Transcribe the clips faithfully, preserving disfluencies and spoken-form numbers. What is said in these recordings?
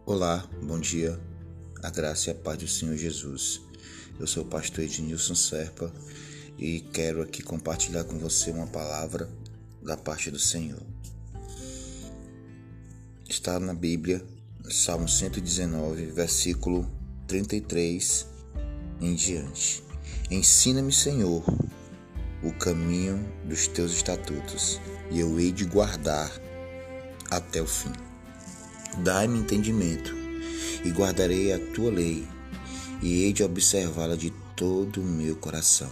Olá, bom dia, a graça e a paz do Senhor Jesus. Eu sou o pastor Ednilson Serpa e quero aqui compartilhar com você uma palavra da parte do Senhor. Está na Bíblia, Salmo cento e dezenove, versículo trinta e três em diante. Ensina-me, Senhor, o caminho dos teus estatutos, e eu hei de guardar até o fim. Dai-me entendimento, e guardarei a tua lei, e hei de observá-la de todo o meu coração.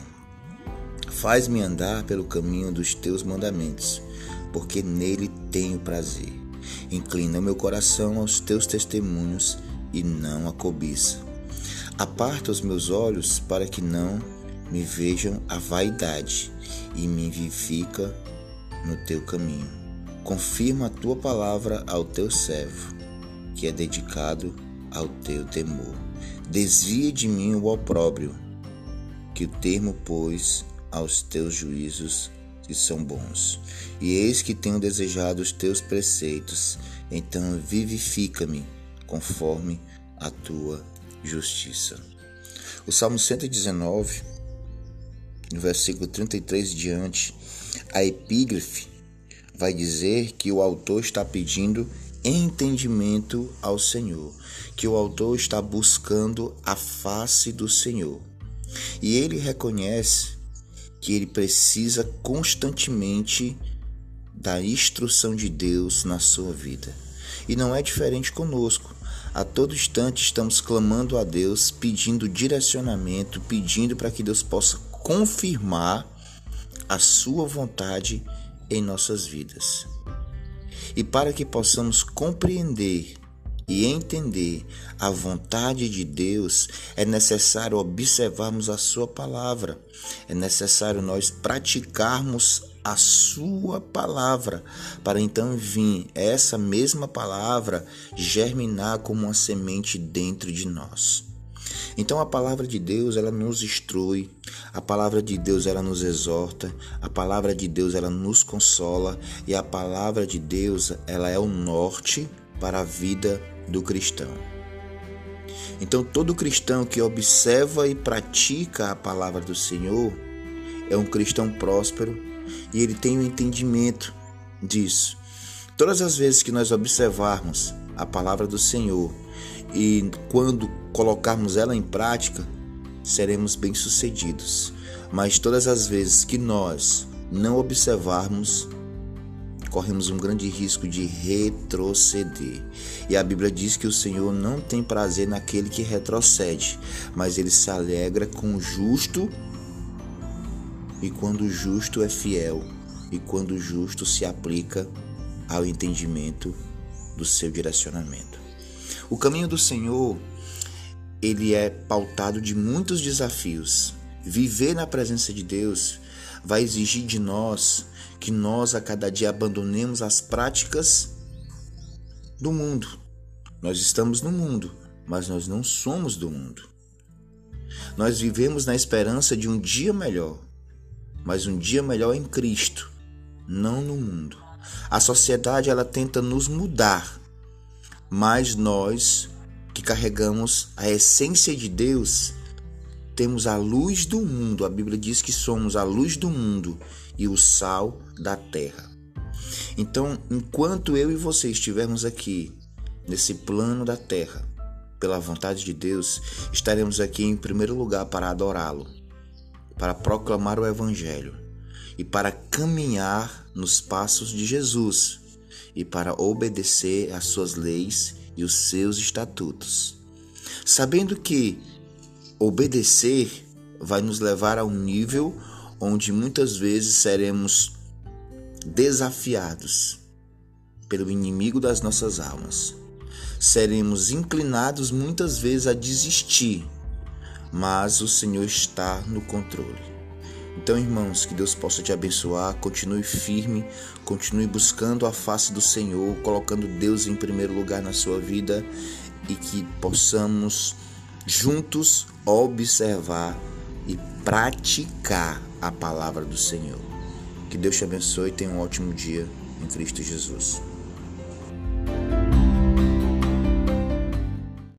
Faz-me andar pelo caminho dos teus mandamentos, porque nele tenho prazer. Inclina o meu coração aos teus testemunhos, e não a cobiça. Aparta os meus olhos para que não me vejam a vaidade, e me vivifica no teu caminho. Confirma a tua palavra ao teu servo, que é dedicado ao teu temor. Desvia de mim o opróbrio, que o termo pois aos teus juízos, que são bons. E eis que tenho desejado os teus preceitos, então vivifica-me conforme a tua justiça. O Salmo cento e dezenove, no versículo trinta e três diante, a epígrafe vai dizer que o autor está pedindo entendimento ao Senhor, que o autor está buscando a face do Senhor. E ele reconhece que ele precisa constantemente da instrução de Deus na sua vida. E não é diferente conosco. A todo instante estamos clamando a Deus, pedindo direcionamento, pedindo para que Deus possa confirmar a sua vontade em nossas vidas. E para que possamos compreender e entender a vontade de Deus, é necessário observarmos a sua palavra. É necessário nós praticarmos a sua palavra, para então vir essa mesma palavra germinar como uma semente dentro de nós. Então a palavra de Deus, ela nos instrui, a palavra de Deus, ela nos exorta, a palavra de Deus, ela nos consola, e a palavra de Deus, ela é o norte para a vida do cristão. Então todo cristão que observa e pratica a palavra do Senhor é um cristão próspero, e ele tem o entendimento disso. Todas as vezes que nós observarmos a palavra do Senhor e quando colocarmos ela em prática, seremos bem-sucedidos. Mas todas as vezes que nós não observarmos, corremos um grande risco de retroceder. E a Bíblia diz que o Senhor não tem prazer naquele que retrocede, mas ele se alegra com o justo, e quando o justo é fiel, e quando o justo se aplica ao entendimento do seu direcionamento. O caminho do Senhor, ele é pautado de muitos desafios. Viver na presença de Deus vai exigir de nós que nós a cada dia abandonemos as práticas do mundo. Nós estamos no mundo, mas nós não somos do mundo. Nós vivemos na esperança de um dia melhor, mas um dia melhor em Cristo, não no mundo. A sociedade, ela tenta nos mudar, mas nós que carregamos a essência de Deus, temos a luz do mundo. A Bíblia diz que somos a luz do mundo e o sal da terra. Então, enquanto eu e você estivermos aqui, nesse plano da terra, pela vontade de Deus, estaremos aqui em primeiro lugar para adorá-lo, para proclamar o Evangelho e para caminhar nos passos de Jesus e para obedecer às suas leis e os seus estatutos, sabendo que obedecer vai nos levar a um nível onde muitas vezes seremos desafiados pelo inimigo das nossas almas. Seremos inclinados muitas vezes a desistir, mas o Senhor está no controle. Então, irmãos, que Deus possa te abençoar, continue firme, continue buscando a face do Senhor, colocando Deus em primeiro lugar na sua vida, e que possamos juntos observar e praticar a palavra do Senhor. Que Deus te abençoe e tenha um ótimo dia em Cristo Jesus.